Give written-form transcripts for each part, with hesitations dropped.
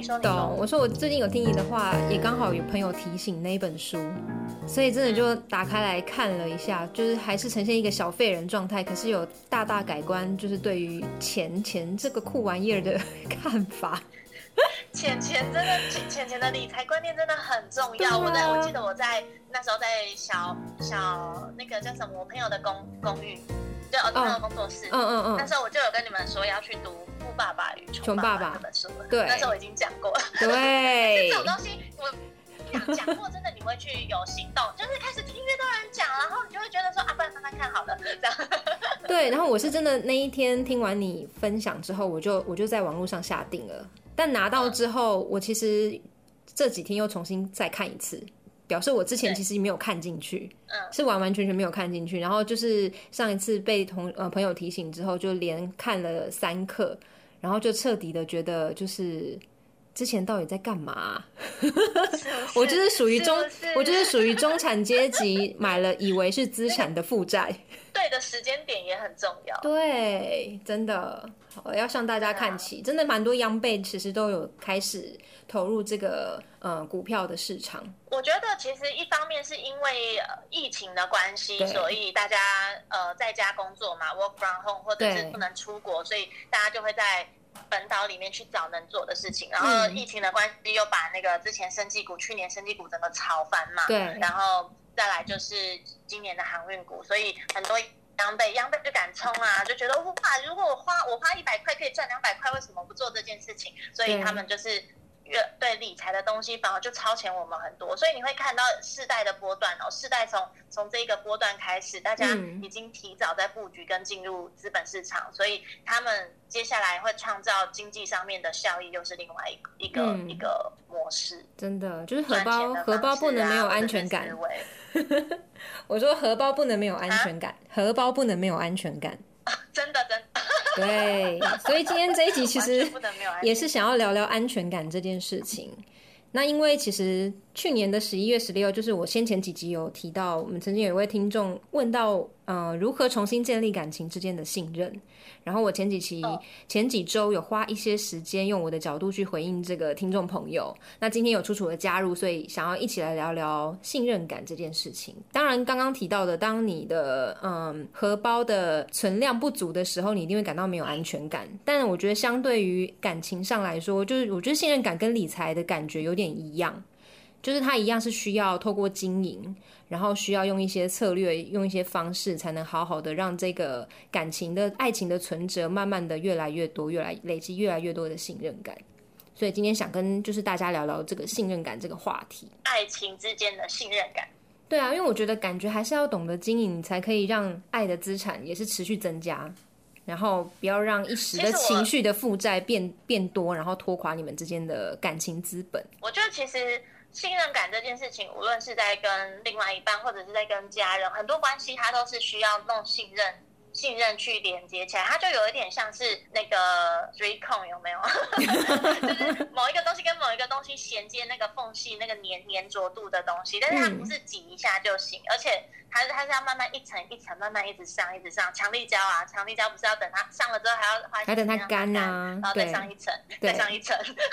懂。我说我最近有听你的话，也刚好有朋友提醒那一本书，所以真的就打开来看了一下，就是还是呈现一个小废人状态，可是有大大改观，就是对于钱这个酷玩意儿的看法。 钱的理财观念真的很重要。我记得我在那时候在小那个叫什么，我朋友的公寓，就朋友的工作室，那时候我就有跟你们说要去读《富爸爸与穷爸爸》这本书，对，那时候我已经讲过了。对，这种东西我讲过，真的你会去有行动，就是开始听越多人讲，然后你就会觉得说不然慢慢看好了，这样。 对，然后我是真的那一天听完你分享之后，我就在网络上下定了。但拿到之后，我其实这几天又重新再看一次，表示我之前其实没有看进去，是完完全全没有看进去。然后就是上一次被朋友提醒之后，就连看了3课，然后就彻底的觉得就是之前到底在干嘛？我就是属于中产阶级，买了以为是资产的负债。 对的时间点也很重要。 对，真的，要向大家看齐，真的蛮多央辈其实都有开始投入这个股票的市场。 我觉得其实一方面是因为疫情的关系，所以大家在家工作嘛 ，work from home， 或者是不能出国，所以大家就会在本岛里面去找能做的事情。然后疫情的关系又把那个之前去年生技股整个炒翻嘛，对，然后再来就是今年的航运股，所以很多央辈就敢冲啊，就觉得哇，如果我花100块可以赚200块，为什么不做这件事情？所以他们就是对理财的东西反而就超前我们很多，所以你会看到世代的波段世代从这个波段开始，大家已经提早在布局跟进入资本市场，所以他们接下来会创造经济上面的效益，又是另外一个模式。真的就是荷包不能没有安全感。我说荷包不能没有安全感，荷包不能没有安全感。 真的。 对，所以今天这一集其实也是想要聊聊安全感这件事情。那因为其实去年的11月16，就是我先前几集有提到，我们曾经有一位听众问到如何重新建立感情之间的信任，然后我前几周有花一些时间用我的角度去回应这个听众朋友。那今天有楚楚的加入，所以想要一起来聊聊信任感这件事情。当然刚刚提到的，当你的荷包的存量不足的时候，你一定会感到没有安全感，但我觉得相对于感情上来说，就是我觉得信任感跟理财的感觉有点一样，就是它一样是需要透过经营，然后需要用一些策略，用一些方式，才能好好的让这个爱情的存折慢慢的越来越多，累积越来越多的信任感。所以今天想跟就是大家聊聊这个信任感这个话题， 爱情之间的信任感。 对啊，因为我觉得感觉还是要懂得经营，你才可以让爱的资产也是持续增加，然后不要让一时的情绪的负债变多，然后拖垮你们之间的感情资本。 我觉得其实信任感这件事情，无论是在跟另外一半，或者是在跟家人，很多关系它都是需要弄信任去连接起来，它就有一点像是那个 3COIN 有没有？就是某一个东西跟某一个东西衔接那个缝隙，那个粘着度的东西，但是它不是挤一下就行，而且它是要慢慢一层一层，慢慢一直上。强力胶不是要等它上了之后还等它干啊， 然后再上一层，再上一层，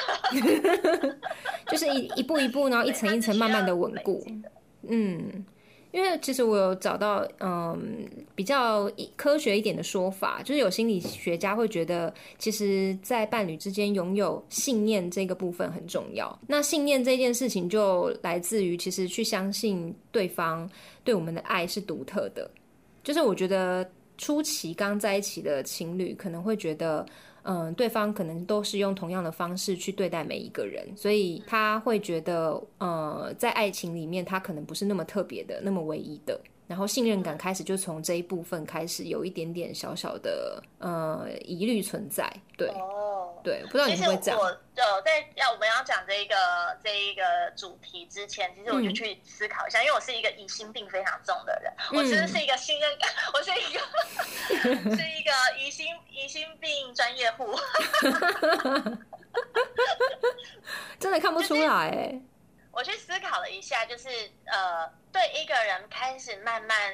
就是一步一步，然后一层一层慢慢的稳固。因为其实我有找到比较科学一点的说法，就是有心理学家会觉得，其实在伴侣之间拥有信念这个部分很重要。那信念这件事情就来自于其实去相信对方对我们的爱是独特的。就是我觉得初期刚在一起的情侣可能会觉得对方可能都是用同样的方式去对待每一个人，所以他会觉得在爱情里面他可能不是那么特别的，那么唯一的，然后信任感开始就从这一部分开始有一点点小小的疑虑存在。对对，不知道你会不会这样。 其实我们要讲这一个主题之前，其实我就去思考一下，因为我是一个疑心病非常重的人，我其实是一个信任感，我是一个疑心病专业户， 真的看不出来欸。 我去思考了一下，就是对一个人开始慢慢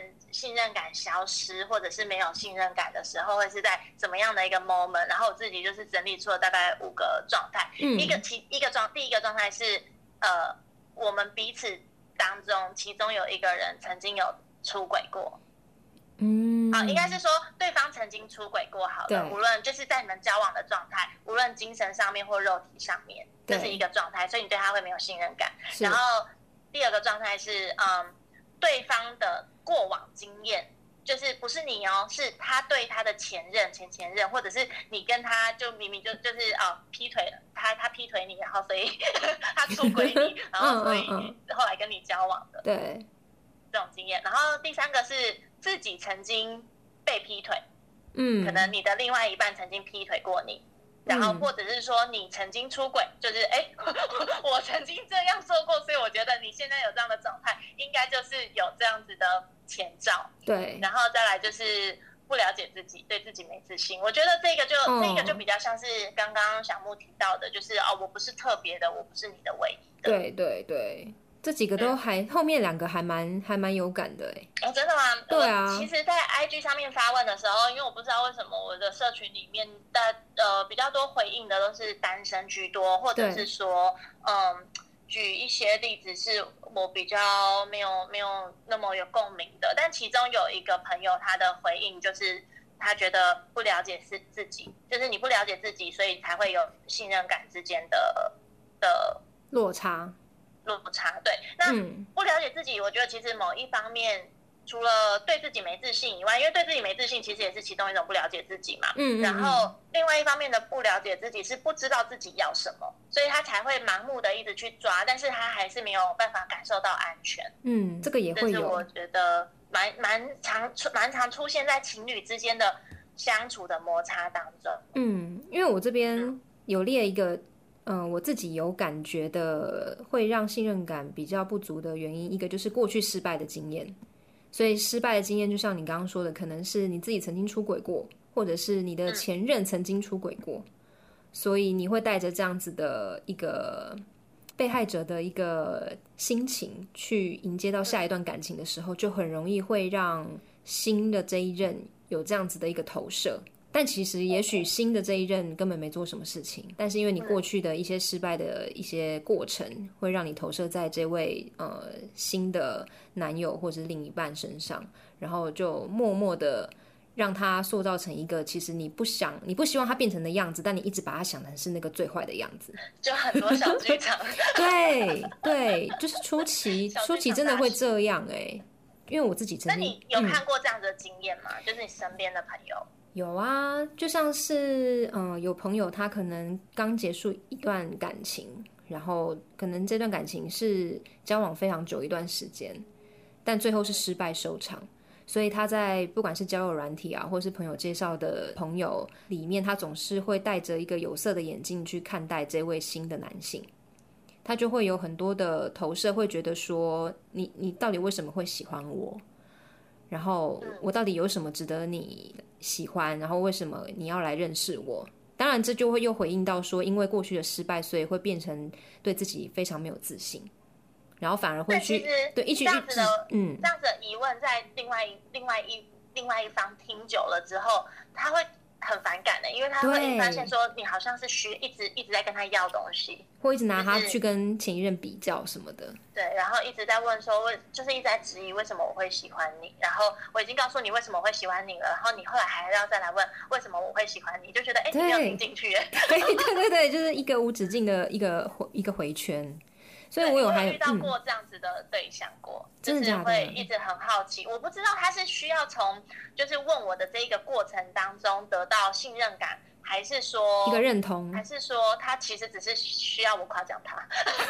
信任感消失或者是没有信任感的时候会是在怎么样的一个 moment， 然后我自己就是整理出了大概5个状态。第一个状态是我们彼此当中其中有一个人曾经有出轨过。应该是说对方曾经出轨过好了，无论就是在你们交往的状态，无论精神上面或肉体上面，这是一个状态，所以你对他会没有信任感。然后第二个状态是对方的过往经验，就是不是你哦，是他对他的前任、前任，或者是你跟他就明明就是劈腿了，他劈腿你，然后所以他出轨你，然后所以后来跟你交往的， 对， 这种经验。然后第三个是自己曾经被劈腿，可能你的另外一半曾经劈腿过你，然后或者是说你曾经出轨，就是我曾经这样做过，所以我觉得你现在有这样的状态，应该就是有这样子的前兆。 对， 然后再来就是不了解自己，对自己没自信。我觉得这个就比较像是刚刚小木提到的，就是我不是特别的，我不是你的唯一的。 对对对。这几个都后面2个还蛮有感的真的吗？ 对啊。 其实，在 IG 上面发问的时候，因为我不知道为什么我的社群里面的比较多回应的都是单身居多，或者是说举一些例子是我比较没有那么有共鸣的。但其中有一个朋友他的回应就是他觉得不了解自己，就是你不了解自己，所以才会有信任感之间的落差。 对，那不了解自己，我觉得其实某一方面，除了对自己没自信以外，因为对自己没自信，其实也是其中一种不了解自己嘛。然后另外一方面的不了解自己是不知道自己要什么，所以他才会盲目的一直去抓，但是他还是没有办法感受到安全。 这个也会有。 这是我觉得蛮常出现在情侣之间的相处的摩擦当中。 因为我这边有列一个。我自己有感觉的会让信任感比较不足的原因，一个就是过去失败的经验。所以失败的经验就像你刚刚说的，可能是你自己曾经出轨过，或者是你的前任曾经出轨过，所以你会带着这样子的一个被害者的一个心情去迎接到下一段感情的时候，就很容易会让新的这一任有这样子的一个投射。但其实也许新的这一任根本没做什么事情，但是因为你过去的一些失败的一些过程，会让你投射在这位新的男友或者是另一半身上，然后就默默的让他塑造成一个其实你不希望他变成的样子，但你一直把他想成是那个最坏的样子， 就很多小剧场。 对对，就是初期真的会这样因为我自己曾经。 那你有看过这样的经验吗？就是你身边的朋友？ 有啊，就像是有朋友他可能刚结束一段感情，然后可能这段感情是交往非常久一段时间，但最后是失败收场，所以他在不管是交友软体啊，或是朋友介绍的朋友里面，他总是会戴着一个有色的眼镜去看待这位新的男性，他就会有很多的投射，会觉得说你到底为什么会喜欢我，然后我到底有什么值得你喜欢，然后为什么你要来认识我。当然这就会又回应到说，因为过去的失败，所以会变成对自己非常没有自信，然后反而会去对这样子的疑问在另外一方听久了之后，他会很反感的，因为他会发现说你好像是一直在跟他要东西， 或一直拿他去跟前一任比较什么的。 对，然后一直在问说就是一直在质疑为什么我会喜欢你，然后我已经告诉你为什么我会喜欢你了，然后你后来还要再来问为什么我会喜欢你，就觉得你没有听进去。 对，就是一个无止境的一个回圈。所以我有遇到过这样子的对象过，就是会一直很好奇。我不知道他是需要从就是问我的这一个过程当中得到信任感，还是说一个认同， 还是说他其实只是需要我夸奖他。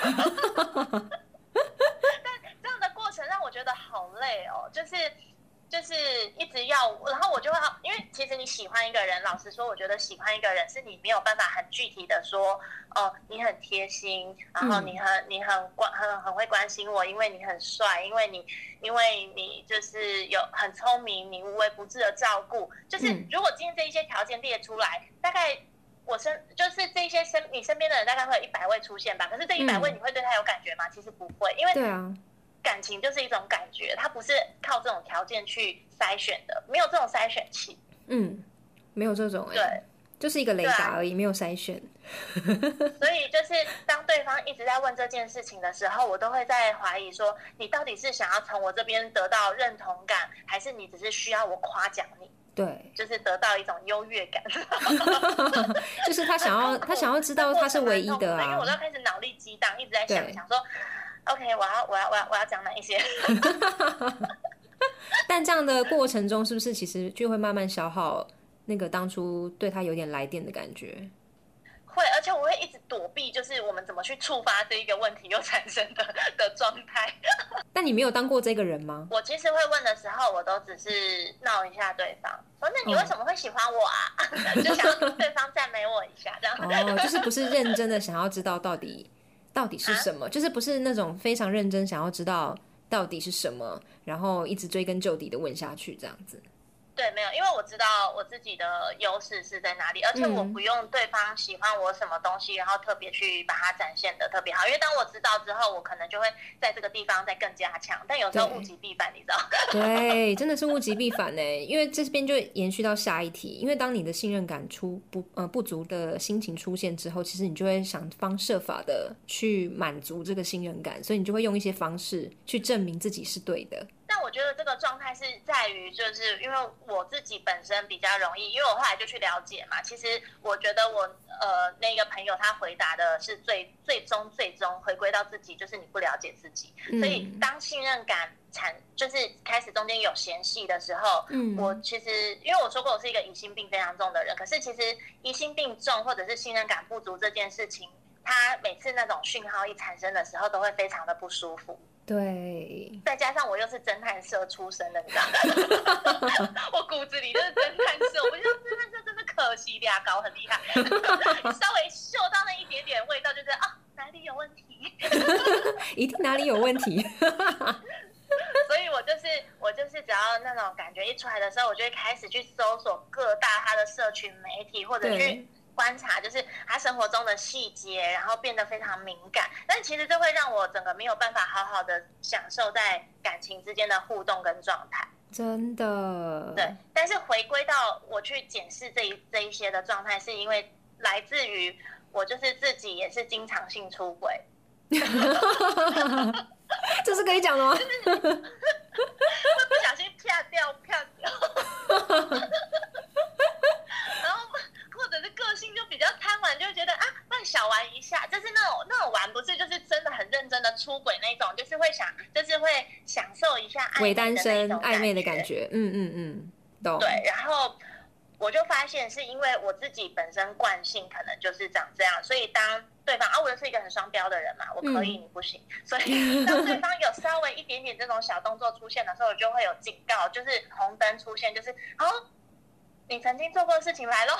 但这样的过程让我觉得好累哦，就是一直要，然后我就会，因为其实你喜欢一个人，老实说，我觉得喜欢一个人是你没有办法很具体的说，你很贴心，然后你很会关心我，因为你很帅，因为你就是有很聪明，你无微不至的照顾，就是如果今天这一些条件列出来，大概就是这些你身边的人大概会有100位出现吧，可是这100位你会对他有感觉吗？其实不会，因为对啊。 感情就是一种感觉，它不是靠这种条件去筛选的，没有这种筛选器。 没有这种对， 就是一个雷达而已，没有筛选。 所以就是当对方一直在问这件事情的时候，我都会在怀疑说，你到底是想要从我这边得到认同感，还是你只是需要我夸奖你？ 对， 就是得到一种优越感。 就是他想要知道他是唯一的啊。 因为我都开始脑力激荡，一直在想说 ，OK， 我要讲哪一些？ 但这样的过程中，是不是其实就会慢慢消耗那个当初对他有点来电的感觉？ 会，而且我会一直躲避，就是我们怎么去触发这一个问题又产生的状态。 但你没有当过这个人吗？ 我其实会问的时候，我都只是闹一下对方，说那你为什么会喜欢我啊？就想要对方赞美我一下，这样。 就是不是认真的想要知道到底是什么，就是不是那种非常认真想要知道到底是什么，然后一直追根究底的问下去这样子。 对，没有，因为我知道我自己的优势是在哪里，而且我不用对方喜欢我什么东西，然后特别去把它展现的特别好。因为当我知道之后，我可能就会在这个地方再更加强。但有时候物极必反，你知道？ 对，真的是物极必反欸。因为这边就延续到下一题，因为当你的信任感不足的心情出现之后，其实你就会想方设法的去满足这个信任感，所以你就会用一些方式去证明自己是对的。 但我觉得这个状态是在于，就是因为我自己本身比较容易，因为我后来就去了解嘛。其实我觉得我那个朋友他回答的是最终回归到自己，就是你不了解自己。所以当信任感就是开始中间有嫌隙的时候，我其实因为我说过我是一个疑心病非常重的人，可是其实疑心病重或者是信任感不足这件事情，他每次那种讯号一产生的时候，都会非常的不舒服。 对， 再加上我又是侦探社出身的，你知道吗？我骨子里就是侦探社，我觉得侦探社真的可惜俩搞很厉害，稍微嗅到那一点点味道，就觉得啊哪里有问题， 一定哪里有问题。 所以我就是只要那种感觉一出来的时候，我就会开始去搜索各大他的社群媒体，或者去观察就是他生活中的细节，然后变得非常敏感。但其实这会让我整个没有办法好好的享受在感情之间的互动跟状态。 真的。 对，但是回归到我去检视这一些的状态，是因为来自于我就是自己也是经常性出轨。 这是可以讲的吗？ 会不小心啪掉。然后或者是个性就比较贪玩，就会觉得啊，那小玩一下，就是那种玩，不是就是真的很认真的出轨那种，就是会享受一下伪单身暧昧的感觉。懂。 对，然后我就发现是因为我自己本身惯性可能就是长这样，所以当对方我又是一个很双标的人嘛，我可以你不行，所以当对方有稍微一点点这种小动作出现的时候，我就会有警告，就是红灯出现，就是你曾经做过的事情来咯。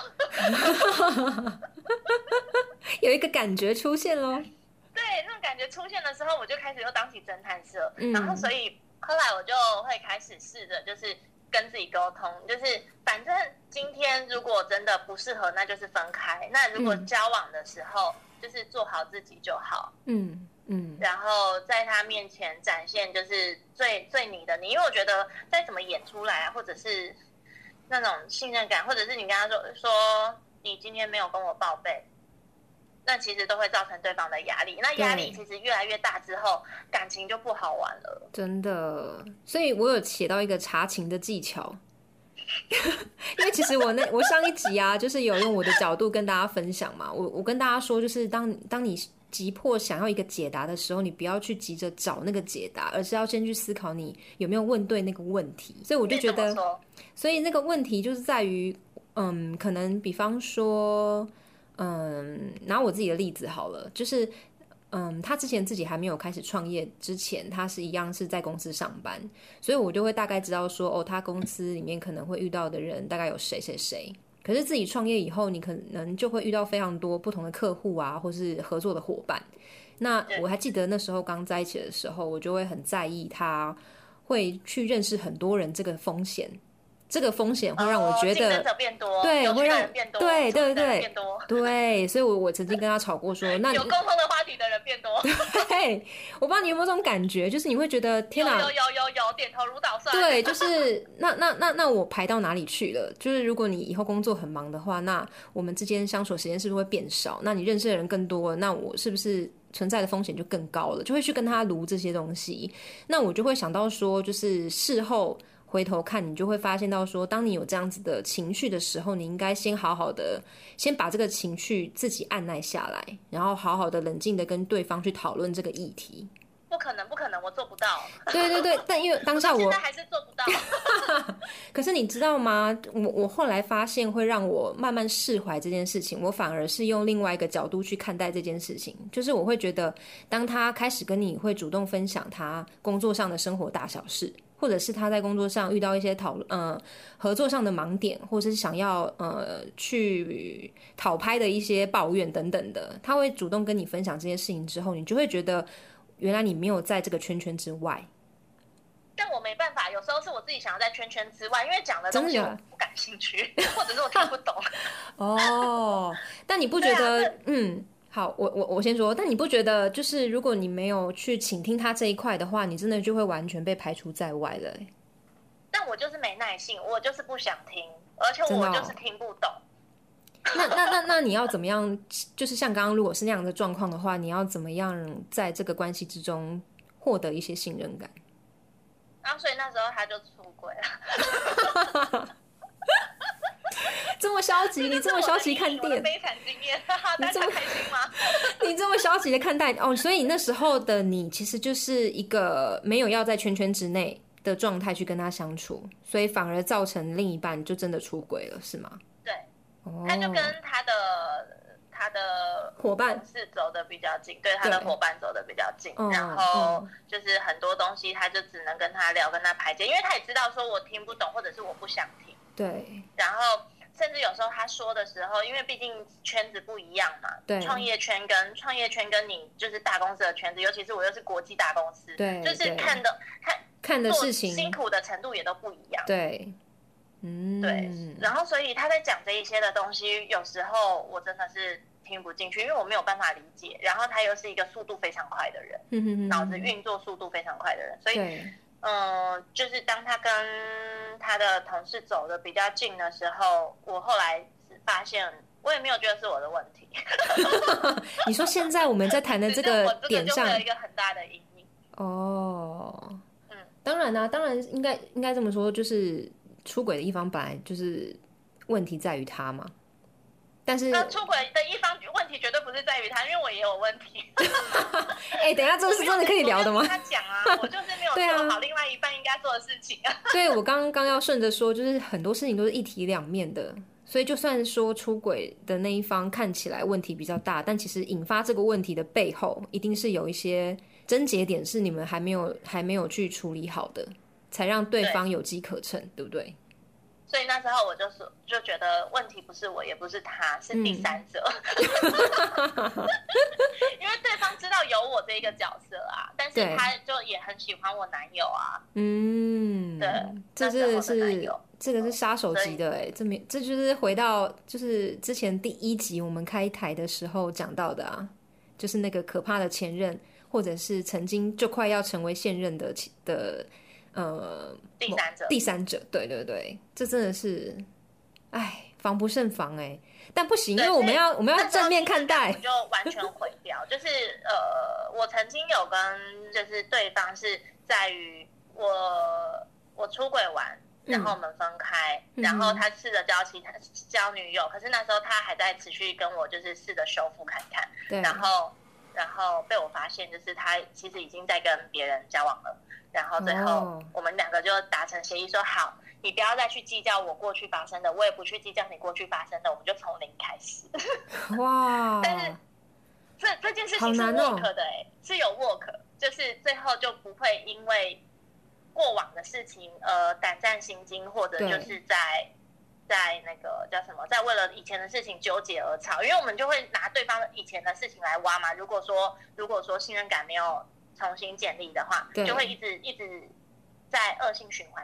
有一个感觉出现咯。 对，那种感觉出现的时候，我就开始又当起侦探社，然后所以后来我就会开始试着就是跟自己沟通，就是反正今天如果真的不适合，那就是分开。那如果交往的时候，就是做好自己就好。然后在他面前展现就是最你的你，因为我觉得再怎么演出来啊，或者是那种信任感，或者是你跟他说你今天没有跟我报备，那其实都会造成对方的压力。那压力其实越来越大之后，感情就不好玩了。 真的，所以我有写到一个查情的技巧。因为其实我上一集啊，就是有用我的角度跟大家分享嘛。我跟大家说，就是当你急迫想要一个解答的时候，你不要去急着找那个解答，而是要先去思考你有没有问对那个问题。所以我就觉得，所以那个问题就是在于，可能比方说，拿我自己的例子好了，就是他之前自己还没有开始创业之前，他是一样是在公司上班，所以我就会大概知道说，他公司里面可能会遇到的人大概有谁。可是自己创业以后，你可能就会遇到非常多不同的客户啊，或是合作的伙伴。那我还记得那时候刚在一起的时候，我就会很在意他会去认识很多人这个风险这个风险会让我觉得竞争者变多， 对，会让人变多， 对对对变多， 对，所以我曾经跟他吵过说，那有共同的话题的人变多。 对，我不知道你有没有这种感觉，就是你会觉得天哪， 有，点头如捣蒜。 对，就是那我排到哪里去了？就是如果你以后工作很忙的话，那我们之间相处时间是不是会变少？那你认识的人更多了，那我是不是存在的风险就更高了？就会去跟他撸这些东西。那我就会想到说，就是事后回头看，你就会发现到说，当你有这样子的情绪的时候，你应该先好好的先把这个情绪自己按耐下来，然后好好的冷静的跟对方去讨论这个议题。 不可能，我做不到。 对对对，但因为当下我现在还是做不到。 可是你知道吗？我后来发现会让我慢慢释怀这件事情，我反而是用另外一个角度去看待这件事情，就是我会觉得，当他开始跟你会主动分享他工作上的生活大小事，或者是他在工作上遇到一些合作上的盲点，或者是想要去讨拍的一些抱怨等等的，他会主动跟你分享这些事情之后，你就会觉得原来你没有在这个圈圈之外。 但我没办法，有时候是我自己想要在圈圈之外，因为讲的东西我不感兴趣，或者是我听不懂。 哦，但你不觉得？好，我先说，但你不觉得就是如果你没有去倾听他这一块的话，你真的就会完全被排除在外了。 但我就是没耐性，我就是不想听，而且我就是听不懂。 那你要怎么样？就是像刚刚如果是那样的状况的话，你要怎么样在这个关系之中获得一些信任感？ 所以那时候他就出轨了。 这么消极，你这么消极看店， 悲惨经验，大家开心吗？ 你这么消极的看待哦，所以那时候的你其实就是一个没有要在圈圈之内的状态去跟他相处，所以反而造成另一半就真的出轨了，是吗？ 对，他就跟他的伙伴是走的比较近，对，他的伙伴走的比较近，然后就是很多东西他就只能跟他聊，跟他排解，因为他也知道说我听不懂，或者是我不想听。 对， 然后甚至有时候他说的时候，因为毕竟圈子不一样嘛，对，创业圈跟你就是大公司的圈子，尤其是我又是国际大公司， 对， 就是看的事情辛苦的程度也都不一样， 对。 对，然后所以他在讲这一些的东西，有时候我真的是听不进去，因为我没有办法理解。然后他又是一个速度非常快的人，脑子运作速度非常快的人，所以就是当他跟他的同事走的比较近的时候，我后来发现我也没有觉得是我的问题。 你说现在我们在谈的这个点上， 就会有一个很大的阴影。 哦，当然啦，当然应该这么说，就是出轨的一方本来就是问题在于他嘛，但是出轨的一方问题绝对不是在于他，因为我也有问题。 等一下，这个是真的可以聊的吗？ 他讲啊，我就是没有做好另外一半应该做的事情。 对，我刚要顺着说，就是很多事情都是一体两面的，所以就算说出轨的那一方看起来问题比较大，但其实引发这个问题的背后，一定是有一些症结点是你们还没有去处理好的，才让对方有机可乘， 对不对？ 所以那时候我就觉得问题不是我，也不是他，是第三者。因为对方知道有我这一个角色啊，但是他就也很喜欢我男友啊。对， 这个是杀手级的这就是回到就是之前第1集我们开台的时候讲到的啊，就是那个可怕的前任，或者是曾经就快要成为现任的第三者，对对对，这真的是，防不胜防但不行，因为我们要正面看待， 就完全毁掉。就是我曾经有跟就是对方是在于我出轨完，然后我们分开，然后他试着交女友，可是那时候他还在持续跟我就是试着修复看看，然后被我发现就是他其实已经在跟别人交往了。然后最后我们两个就达成协议说，好，你不要再去计较我过去发生的，我也不去计较你过去发生的，我们就从零开始。 哇！ 但是这件事情是 work 的是有 work， 就是最后就不会因为过往的事情胆战心惊，或者就是在那个叫什么，在为了以前的事情纠结而吵，因为我们就会拿对方以前的事情来挖嘛。如果说信任感没有重新建立的话，就会一直在恶性循环里面。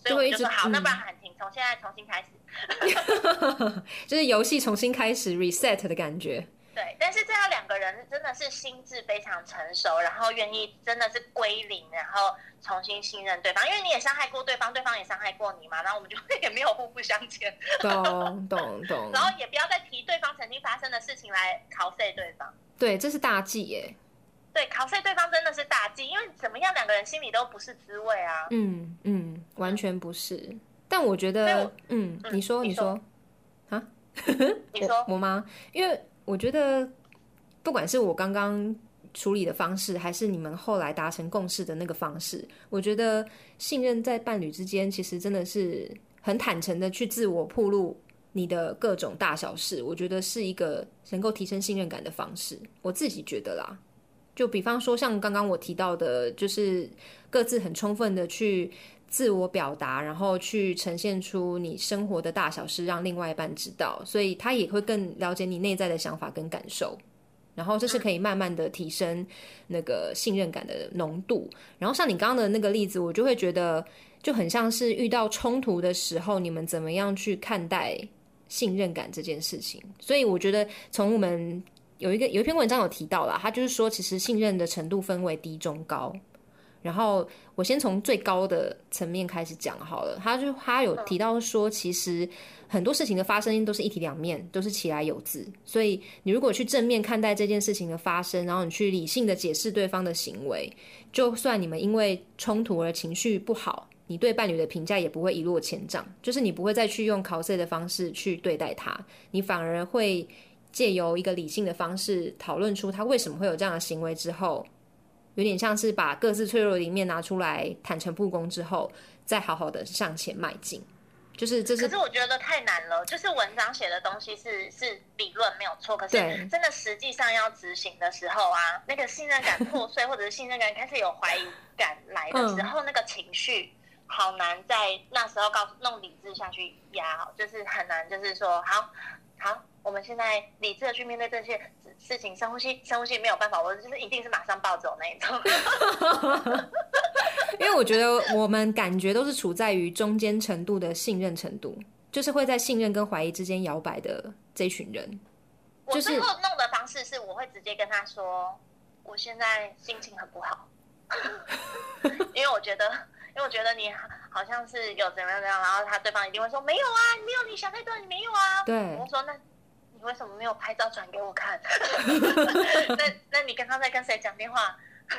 所以我们就说好，那不然喊停，从现在重新开始， 就是游戏重新开始 reset 的感觉。 对，但是这要两个人真的是心智非常成熟，然后愿意真的是归零，然后重新信任对方，因为你也伤害过对方，对方也伤害过你嘛，然后我们就也没有互不相欠。 懂。 然后也不要再提对方曾经发生的事情来考碎对方。 对，这是大忌耶。 对，考碎对方真的是大忌，因为怎么样两个人心里都不是滋味啊。 完全不是。但我觉得，你说啊？ 你说我吗？因为我觉得，不管是我刚刚处理的方式，还是你们后来达成共识的那个方式，我觉得信任在伴侣之间，其实真的是很坦诚的去自我暴露你的各种大小事，我觉得是一个能够提升信任感的方式。我自己觉得啦，就比方说像刚刚我提到的，就是各自很充分的去自我表达，然后去呈现出你生活的大小事，让另外一半知道，所以他也会更了解你内在的想法跟感受，然后这是可以慢慢的提升那个信任感的浓度。然后像你刚刚的那个例子，我就会觉得就很像是遇到冲突的时候，你们怎么样去看待信任感这件事情。所以我觉得从我们有一篇文章有提到啦，他就是说其实信任的程度分为低中高，然后我先从最高的层面开始讲好了。他有提到说，其实很多事情的发生都是一体两面，都是其来有自。所以你如果去正面看待这件事情的发生，然后你去理性的解释对方的行为，就算你们因为冲突而情绪不好，你对伴侣的评价也不会一落千丈。就是你不会再去用考试的方式去对待他，你反而会借由一个理性的方式讨论出他为什么会有这样的行为之后，有点像是把各自脆弱的一面拿出来坦诚不公之后，再好好的向前迈进。就是这是， 可是我觉得太难了。就是文章写的东西是理论没有错，可是真的实际上要执行的时候啊，那个信任感破碎，或者是信任感开始有怀疑感来的时候，那个情绪好难在那时候弄理智下去压，就是很难，就是说好，我们现在理智的去面对这些事情，深呼吸，没有办法，我就是一定是马上暴走那一种。 因为我觉得我们感觉都是处在于中间程度的信任程度，就是会在信任跟怀疑之间摇摆的这群人。 我最后弄的方式是，我会直接跟他说，我现在心情很不好，因为我觉得你好像是有怎么样，然后对方一定会说没有啊，没有，你想太多，你没有啊。 对， 我说那你为什么没有拍照转给我看？那你刚刚在跟谁讲电话？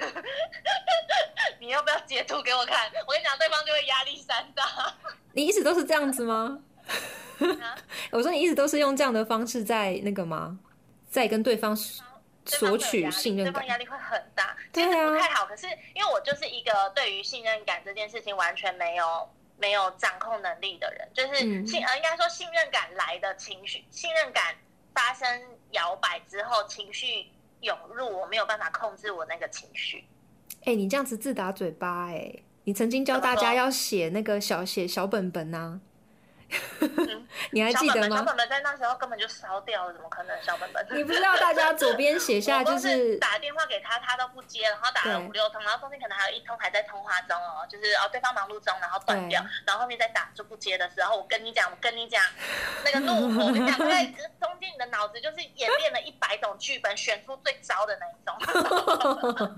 你要不要截图给我看？我跟你讲，对方就会压力山大。 你一直都是这样子吗？我说你一直都是用这样的方式在那个吗？在跟对方索取信任感， 对方压力会很大，其实不太好。可是因为我就是一个对于信任感这件事情完全没有掌控能力的人，就是应该说信任感来的情绪，信任感发生摇摆之后，情绪涌入，我没有办法控制我那个情绪。 你这样子自打嘴巴你曾经教大家要写那个写小本本啊。你还记得吗？ 小本本在那时候根本就烧掉了，怎么可能小本本？ 你不知道大家左边写下就是打电话给他，他都不接，然后打了5、6通，然后中间可能还有1通还在通话中哦，就是对方忙碌中，然后断掉，然后后面再打就不接的时候，我跟你讲，那个怒火，我跟你讲，在中间你的脑子就是演练了100种剧本，选出最糟的那一种。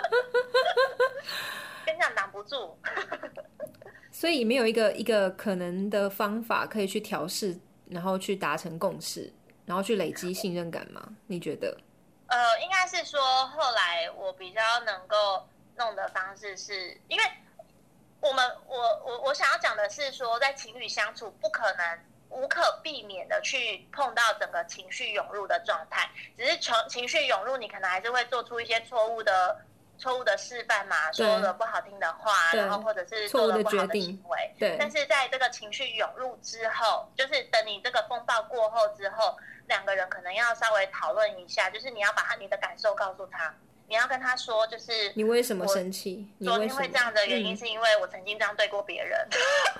跟你讲，挡不住。 所以没有一个可能的方法可以去调试，然后去达成共识，然后去累积信任感吗？你觉得？ 应该是说后来我比较能够弄的方式是，因为我想要讲的是说，在情侣相处不可能无可避免的去碰到整个情绪涌入的状态，只是情绪涌入，你可能还是会做出一些错误的示范嘛，说了不好听的话，然后或者是做了不好的行为。 对。 但是在这个情绪涌入之后，就是等你这个风暴过后之后，两个人可能要稍微讨论一下，就是你要把你的感受告诉他，你要跟他说，就是你为什么生气？ 昨天会这样的原因是因为我曾经这样对过别人。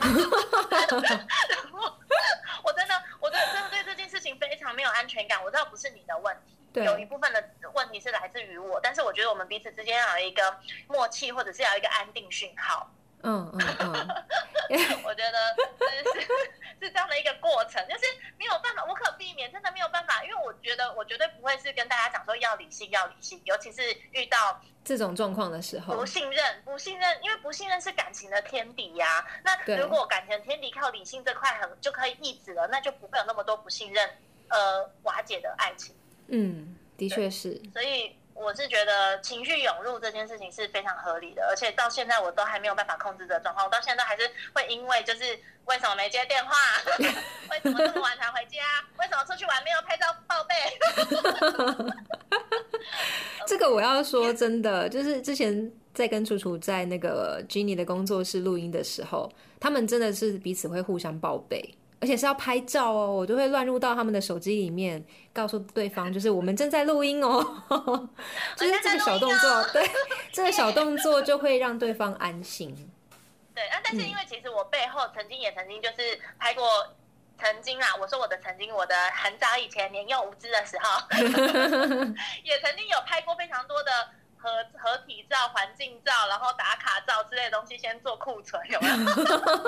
我真的对这件事情非常没有安全感。我知道不是你的问题，有一部分的问题是来自于我，但是我觉得我们彼此之间要有一个默契，或者是要有一个安定讯号。 我觉得是这样的一个过程，就是没有办法无可避免，真的没有办法，因为我觉得我绝对不会是跟大家讲说要理性，尤其是遇到这种状况的时候， 不信任，因为不信任是感情的天敌呀。那如果感情的天敌靠理性这块就可以抑制了，那就不会有那么多不信任瓦解的爱情。 的确是。 所以我是觉得情绪涌入这件事情是非常合理的，而且到现在我都还没有办法控制这个状况，我到现在都还是会因为就是为什么没接电话，为什么这么晚才回家，为什么出去玩没有拍照报备。 这个我要说真的，就是之前在跟楚楚在那个 Jenny 的工作室录音的时候，他们真的是彼此会互相报备，而且是要拍照哦，我就会乱入到他们的手机里面，告诉对方就是我们正在录音哦，就是这个小动作，对，这个小动作就会让对方安心。 对，但是因为其实我背后曾经就是拍过。曾经啦，我说我的曾经，我的很早以前年幼无知的时候，也曾经有拍过非常多的合体照、环境照，然后打卡照之类的东西，先做库存，有没有？然后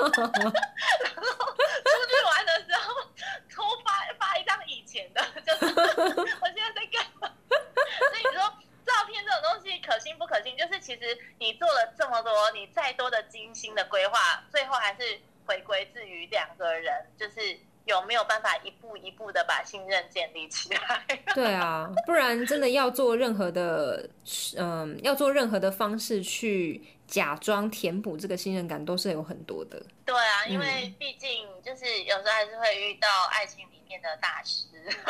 出去玩的时候，偷发一张以前的，就是我现在在干嘛？所以你说照片这种东西可信不可信？就是其实你做了这么多，你再多的精心的规划，最后还是回归至于两个人，就是有没有办法一步一步的把信任建立起来。 对啊，不然真的要做任何的方式去假装填补这个信任感，都是有很多的。 对啊，因为毕竟就是有时候还是会遇到爱情里面的大师。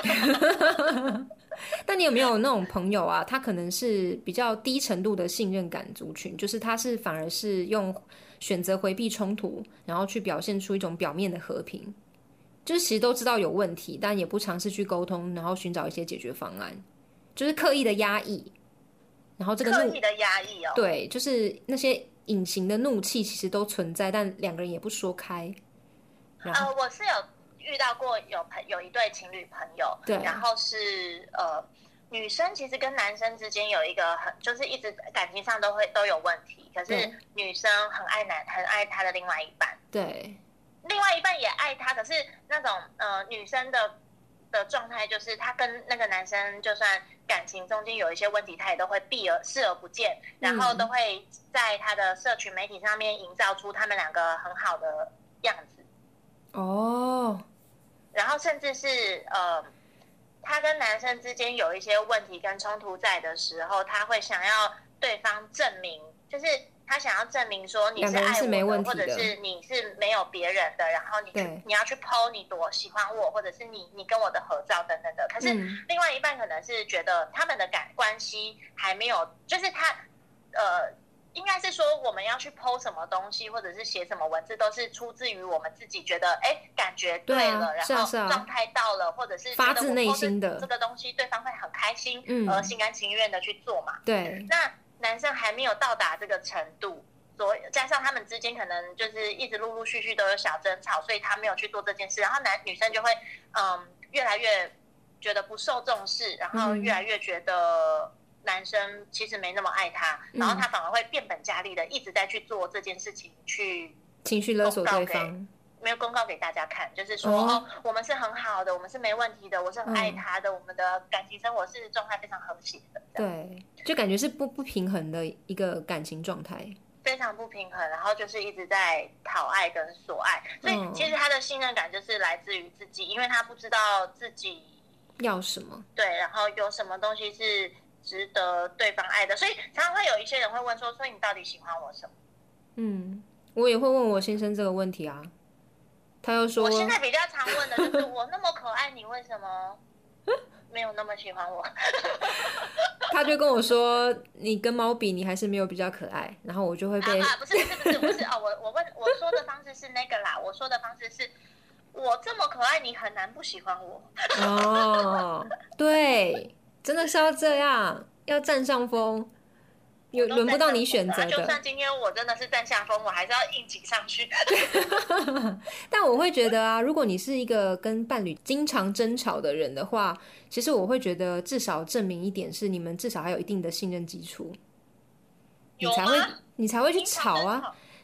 但你有没有那种朋友啊，他可能是比较低程度的信任感族群，就是他是反而是选择回避冲突，然后去表现出一种表面的和平，就是其实都知道有问题，但也不尝试去沟通，然后寻找一些解决方案，就是刻意的压抑，然后这个刻意的压抑哦， 对，就是那些隐形的怒气其实都存在，但两个人也不说开。 我是有遇到过有一对情侣朋友， 对， 然后是女生其实跟男生之间有一个就是一直感情上都有问题，可是女生很爱她的另外一半， 对， 另外一半也爱她，可是那种女生的状态就是她跟那个男生就算感情中间有一些问题，她也都会视而不见，然后都会在她的社群媒体上面营造出他们两个很好的样子。 哦， 然后甚至是他跟男生之间有一些问题跟冲突在的时候，他会想要对方证明，就是他想要证明说你是爱我的，或者是你是没有别人的，然后你要去 po 你多喜欢我，或者是你跟我的合照等等的。可是另外一半可能是觉得他们的关系还没有，就是他应该是说我们要去 po 什么东西，或者是写什么文字，都是出自于我们自己觉得感觉对了，然后状态到了，或者是发自内心的这个东西对方会很开心，而心甘情愿的去做嘛。 对， 那男生还没有到达这个程度，加上他们之间可能就是一直陆陆续续都有小争吵，所以他没有去做这件事，然后女生就会越来越觉得不受重视，然后越来越觉得男生其实没那么爱他，然后他反而会变本加厉的一直在去做这件事情，去情绪勒索对方， 没有公告给大家看，就是说我们是很好的，我们是没问题的，我是很爱他的，我们的感情生活是状态非常和谐的。 对，就感觉是不平衡的一个感情状态， 非常不平衡，然后就是一直在讨爱跟索爱，所以其实他的信任感就是来自于自己，因为他不知道自己要什么， 对，然后有什么东西是值得对方爱的，所以常常会有一些人会问说，所以你到底喜欢我什么？ 我也会问我先生这个问题啊，他又说， 我现在比较常问的就是我那么可爱，你为什么没有那么喜欢我？ 他就跟我说，你跟猫比，你还是没有比较可爱，然后我就会被不是我说的方式是那个啦，我说的方式是我这么可爱，你很难不喜欢我。 哦，对，真的是要这样，要占上风，轮不到你选择的。 就算今天我真的是占下风，我还是要硬挤上去。 但我会觉得啊，如果你是一个跟伴侣经常争吵的人的话，其实我会觉得至少证明一点是你们至少还有一定的信任基础，你才会去吵啊。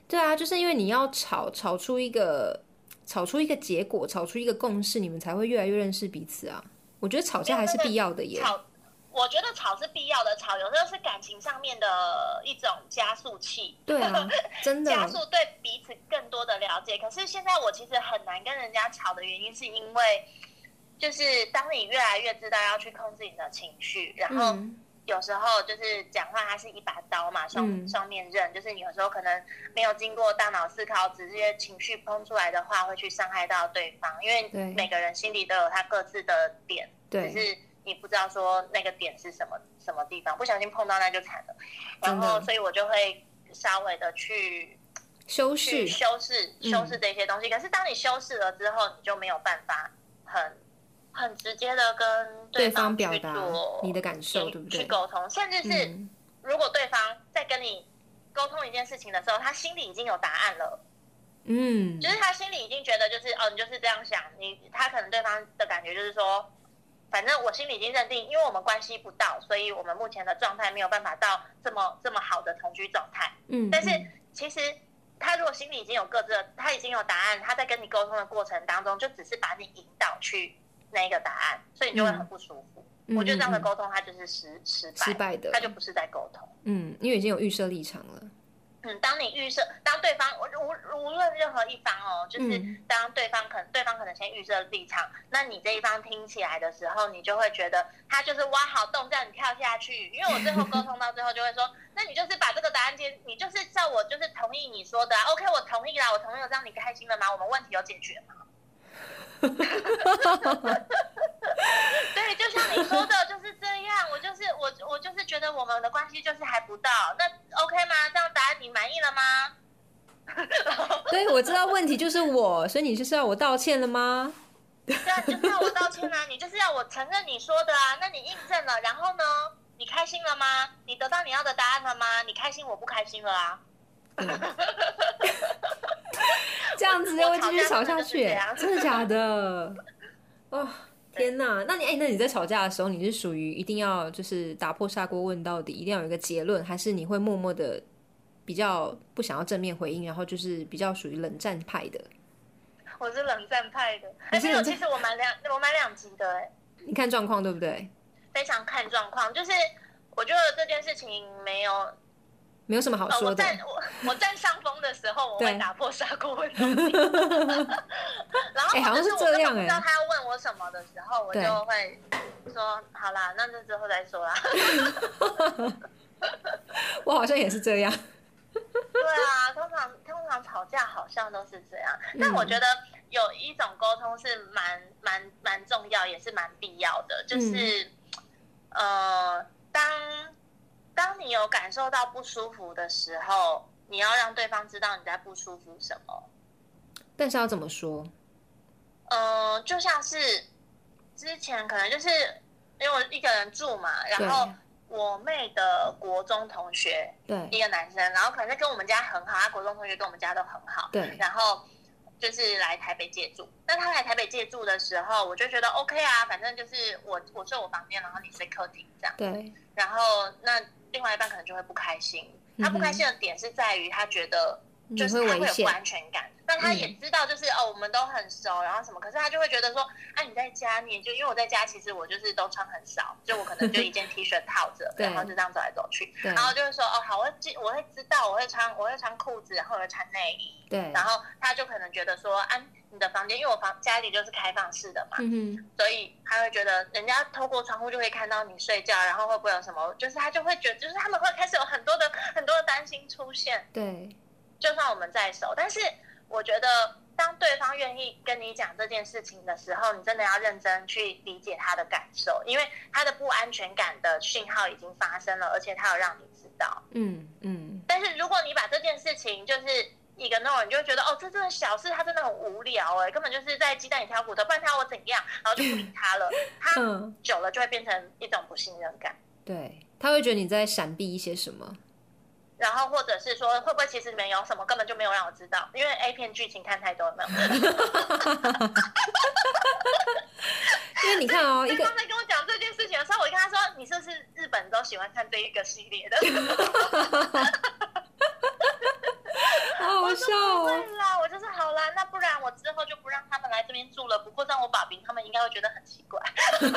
对啊，就是因为你要吵出一个结果，吵出一个共识，你们才会越来越认识彼此啊。我觉得吵架还是必要的耶。 我觉得吵是必要的，吵有时候是感情上面的一种加速器。 对啊，真的加速对彼此更多的了解。可是现在我其实很难跟人家吵的原因，是因为就是当你越来越知道要去控制你的情绪，然后有时候就是讲话它是一把刀嘛，双面刃，就是你有时候可能没有经过大脑思考，直接情绪喷出来的话，会去伤害到对方，因为每个人心里都有他各自的点，只是你不知道说那个点是什么地方，不小心碰到那就惨了。然后所以我就会稍微的去修饰这些东西。可是当你修饰了之后，你就没有办法很直接的跟对方表达你的感受，对不对？ 去沟通，甚至是如果对方在跟你沟通一件事情的时候，他心里已经有答案了。就是他心里已经觉得就是你就是这样想，他可能对方的感觉就是说，反正我心里已经认定，因为我们关系不到，所以我们目前的状态没有办法到这么好的同居状态。但是其实他如果心里已经有各自的，他已经有答案，他在跟你沟通的过程当中，就只是把你引导去那个答案，所以你就会很不舒服。我觉得这样的沟通，它就是失败的，它就不是在沟通。 因为已经有预设立场了。 当你当对方无论任何一方就是当对方可能先预设立场，那你这一方听起来的时候，你就会觉得他就是挖好洞叫你跳下去。因为我最后沟通到最后就会说，那你就是把这个答案你就是照我就是同意你说的啊 ，OK， 我同意啦，我同意了，这样你开心了吗？我们问题有解决吗？对，就像你说的，就是这样。我就是觉得我们的关系就是还不到，那 OK 吗？这样答案你满意了吗？ 对，我知道问题就是我，所以你就是要我道歉了吗？ 对啊，你就是要我道歉啊，你就是要我承认你说的啊。那你印证了，然后呢？你开心了吗？你得到你要的答案了吗？你开心，我不开心了啊。 这样子就会继续吵下去，真的假的？哦，天哪！那你在吵架的时候，你是属于一定要就是打破砂锅问到底，一定要有一个结论，还是你会默默的比较不想要正面回应，然后就是比较属于冷战派的？ 我是冷战派的，而且其实我蛮两极的哎。 你看状况对不对？ 非常看状况，就是我觉得这件事情没有什么好说的。 我占上风的时候，我会打破砂锅问到底。然后好像是这样不知道他要问我什么的时候，我就会说好啦，那这之后再说啦。 我好像也是这样。 对啊，通常吵架好像都是这样。但我觉得有一种沟通是蛮重要，也是蛮必要的，就是当你有感受到不舒服的时候，你要让对方知道你在不舒服什么。 但是要怎么说？ 就像是之前可能就是因为我一个人住嘛，然后我妹的国中同学，对，一个男生，然后可能跟我们家很好，他国中同学跟我们家都很好，对，然后就是来台北借住。那他来台北借住的时候，我就觉得 OK 啊，反正就是我睡我房间，然后你睡客厅这样。对。然后那另外一半可能就会不开心，他不开心的点是在于他觉得就是他会有不安全感。那他也知道就是我们都很熟，然后什么，可是他就会觉得说，你在家你就因为我在家，其实我就是都穿很少，就我可能就一件 T 恤套着，然后就这样走来走去，然后就会说好，我会知道，我会穿裤子，然后我会穿内衣，对，然后他就可能觉得说，你的房间，因为我家里就是开放式的嘛，所以他会觉得人家透过窗户就会看到你睡觉，然后会不会有什么，就是他就会觉得，就是他们会开始有很多的担心出现，对，就算我们在熟，但是我觉得当对方愿意跟你讲这件事情的时候，你真的要认真去理解他的感受，因为他的不安全感的讯号已经发生了，而且他有让你知道。但是如果你把这件事情就是ignore，你就会觉得这真的小事，他真的很无聊根本就是在鸡蛋里挑骨头，不然他要我怎样，然后就不理他了。他久了就会变成一种不信任感。对， 他会觉得你在闪避一些什么。 然后或者是说，会不会其实里面有什么根本就没有让我知道？因为 A 片剧情看太多了，没有。 因为你看对方在跟我讲这件事情的时候，我跟他说：“你是不是日本都喜欢看这一个系列的？” 好好笑哦。 对啦，我就是好啦，那不然我之后就不让他们来这边住了。不过让我爸比他们应该会觉得很奇怪。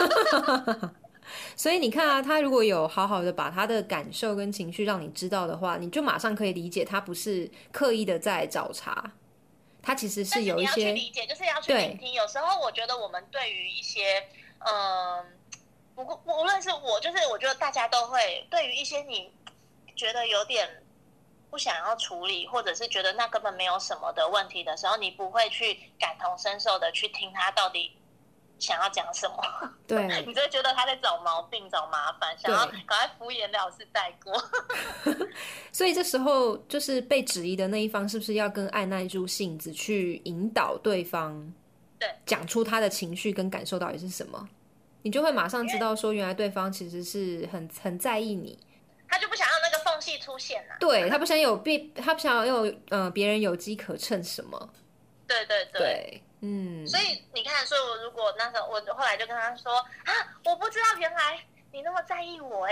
所以你看啊，他如果有好好的把他的感受跟情绪让你知道的话，你就马上可以理解他不是刻意的在找茬，他其实是有一些， 但是你要去理解，就是要去聆听。有时候我觉得我们对于一些不过无论是我，就是我觉得大家都会对于一些你觉得有点不想要处理，或者是觉得那根本没有什么的问题的时候，你不会去感同身受的去听他到底想要讲什么。 对， 你就会觉得他在找毛病、找麻烦，想要赶快敷衍了事带过。 所以这时候就是被质疑的那一方，是不是要更按耐住性子去引导对方， 对， 讲出他的情绪跟感受到底是什么？你就会马上知道说，原来对方其实是很在意你， 他就不想让那个缝隙出现啊。 对，他不想他不想有别人有机可乘什么。 对对对。 对， 所以你看，所以我如果那时候我后来就跟他说啊，我不知道原来你那么在意我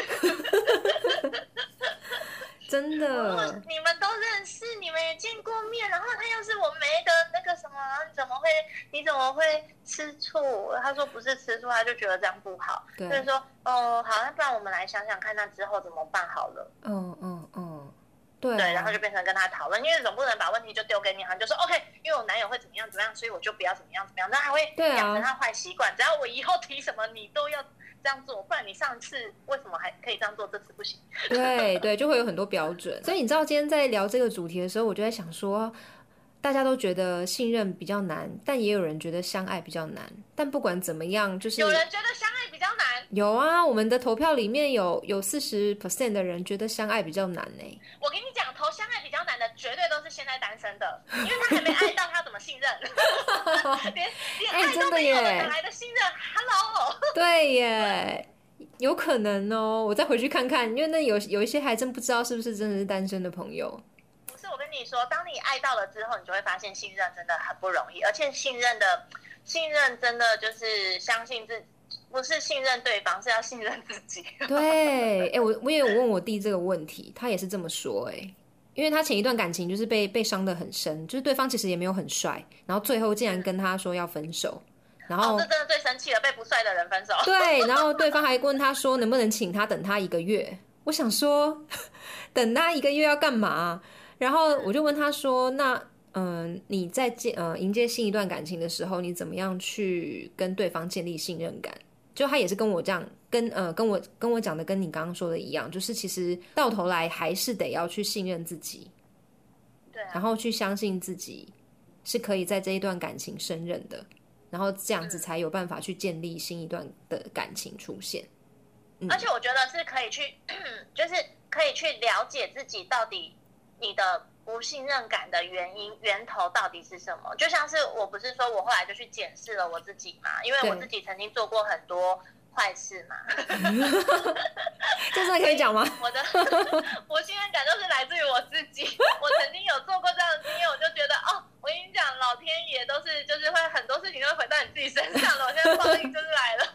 真的， 你们都认识，你们也见过面，然后他又是我没的那个什么，你怎么会吃醋？他说不是吃醋，他就觉得这样不好，所以说好，那不然我们来想想看，那之后怎么办好了。 对， 然后就变成跟他讨论，因为总不能把问题就丢给你，他就说 OK， 因为我男友会怎么样怎么样，所以我就不要怎么样怎么样，那还会养成他坏习惯，只要我以后提什么，你都要这样做，不然你上次为什么还可以这样做，这次不行？ 对，就会有很多标准。所以你知道今天在聊这个主题的时候，我就在想说，大家都觉得信任比较难，但也有人觉得相爱比较难。但不管怎么样，就是有人觉得相爱比较难。 有啊，我们的投票里面有40% 的人觉得相爱比较难呢。 我跟你讲，投相爱比较难的绝对都是现在单身的，因为他还没爱到，他怎么信任？连爱都没有的，哪来的信任 ？Hello。 对耶。有可能哦，我再回去看看，因为那有一些还真不知道是不是真的是单身的朋友。 不是，我跟你说，当你爱到了之后，你就会发现信任真的很不容易，而且信任真的就是相信自己，不是信任对方，是要信任自己。 对，我也有问我弟这个问题，他也是这么说，因为他前一段感情就是被伤得很深，就是对方其实也没有很帅，然后最后竟然跟他说要分手。然后这真的最生气了，被不帅的人分手。 对，然后对方还问他说能不能请他等他1个月。我想说，等他1个月要干嘛？然后我就问他说，那你在迎接新一段感情的时候，你怎么样去跟对方建立信任感？就他也是跟我这样跟我讲的，跟你刚刚说的一样，就是其实到头来还是得要去信任自己， 对， 然后去相信自己是可以在这一段感情胜任的。然后这样子才有办法去建立新一段的感情出现。 而且我觉得是可以去，就是可以去了解自己到底你的不信任感的源头到底是什么。就像是我不是说我后来就去检视了我自己嘛，因为我自己曾经做过很多坏事嘛。 这真的可以讲吗？ 我信任感都是来自于我自己。我曾经有做过这样的经验，我就觉得我跟你讲，老天爷就是会很多事情都会回到你自己身上的。我现在报应就是来了。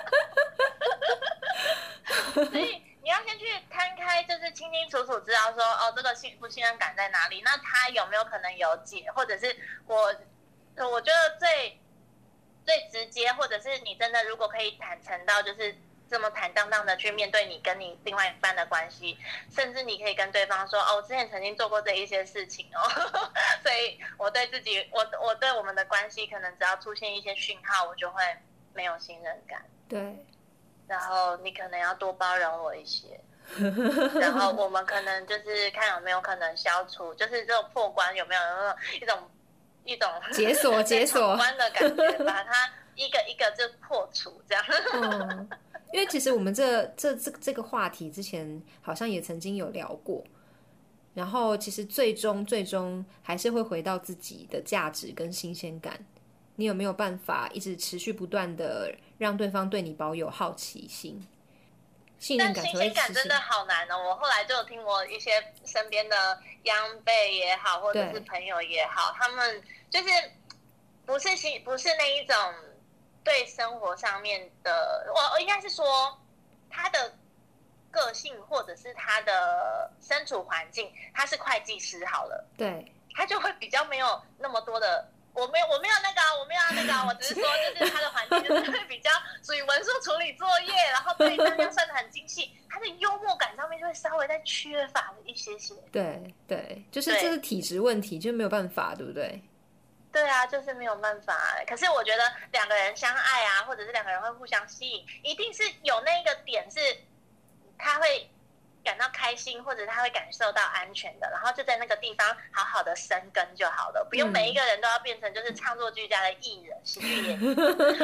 所以你要先去摊开，就是清清楚楚知道说这个不信任感在哪里，那他有没有可能有解，或者是我觉得最直接，或者是你真的如果可以坦诚到就是这么坦荡荡的去面对你跟你另外一半的关系，甚至你可以跟对方说我之前曾经做过这一些事情所以我对自己我对我们的关系可能只要出现一些讯号，我就会没有信任感。对，然后你可能要多包容我一些。然后我们可能就是看有没有可能消除，就是这种破关有没有一种解锁关的感觉，把它一个一个就破除这样。 因为其实我们这个话题之前好像也曾经有聊过，然后其实最终还是会回到自己的价值跟新鲜感。你有没有办法一直持续不断的让对方对你保有好奇心？信任感才会但新鲜感真的好难我后来就有听我一些身边的央辈也好，或者是朋友也好，他们就是不是那一种对生活上面的，我应该是说他的个性或者是他的身处环境，他是会计师好了， 对， 他就会比较没有那么多的。我没有那个，我没有那个，我只是说，就是他的环境就是会比较属于文书处理作业，然后对方要算得很精细，他的幽默感上面就会稍微再缺乏了一些些。 对对，就是这是体质问题，就没有办法，对不对？ 对啊，就是没有办法。可是我觉得两个人相爱啊，或者是两个人会互相吸引，一定是有那个点是他会感到开心，或者他会感受到安全的，然后就在那个地方好好的生根就好了，不用每一个人都要变成就是唱作俱佳的艺人、喜剧演员。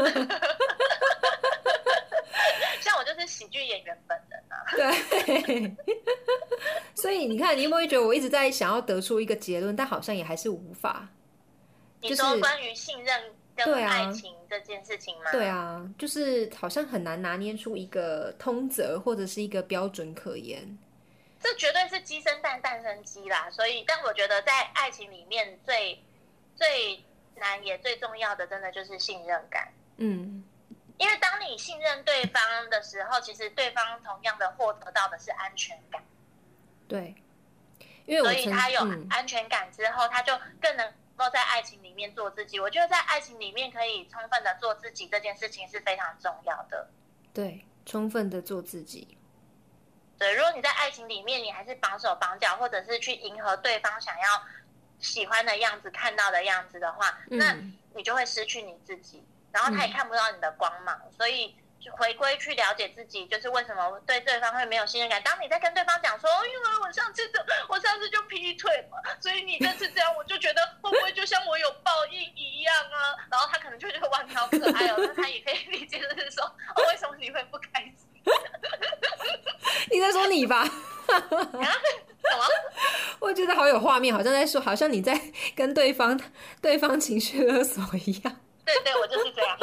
像我就是喜剧演员本人啊。 对。所以你看，你有没有觉得我一直在想要得出一个结论，但好像也还是无法。 你说关于信任跟爱情这件事情吗？ 对啊，就是好像很难拿捏出一个通则或者是一个标准可言。 这绝对是鸡生蛋，蛋生鸡啦。所以，但我觉得在爱情里面最难也最重要的，真的就是信任感。嗯，因为当你信任对方的时候，其实对方同样的获得到的是安全感。 对，因为所以他有安全感之后，他就更能够在爱情里面做自己。我觉得在爱情里面可以充分的做自己这件事情是非常重要的。 对，充分的做自己。 对，如果你在爱情里面你还是绑手绑脚，或者是去迎合对方想要喜欢的样子、看到的样子的话，那你就会失去你自己，然后他也看不到你的光芒。所以回归去了解自己，就是为什么对对方会没有信任感。当你在跟对方讲说，因为我上次就劈腿嘛，所以你这次这样，我就觉得会不会就像我有报应一样啊？然后他可能就觉得哇，你好可爱哦，那他也可以理解，就是说，为什么你会不开心？ 你在说你吧？ 什么？ 我觉得好有画面，好像在说，好像你在跟对方情绪勒索一样。 对，我就是这样。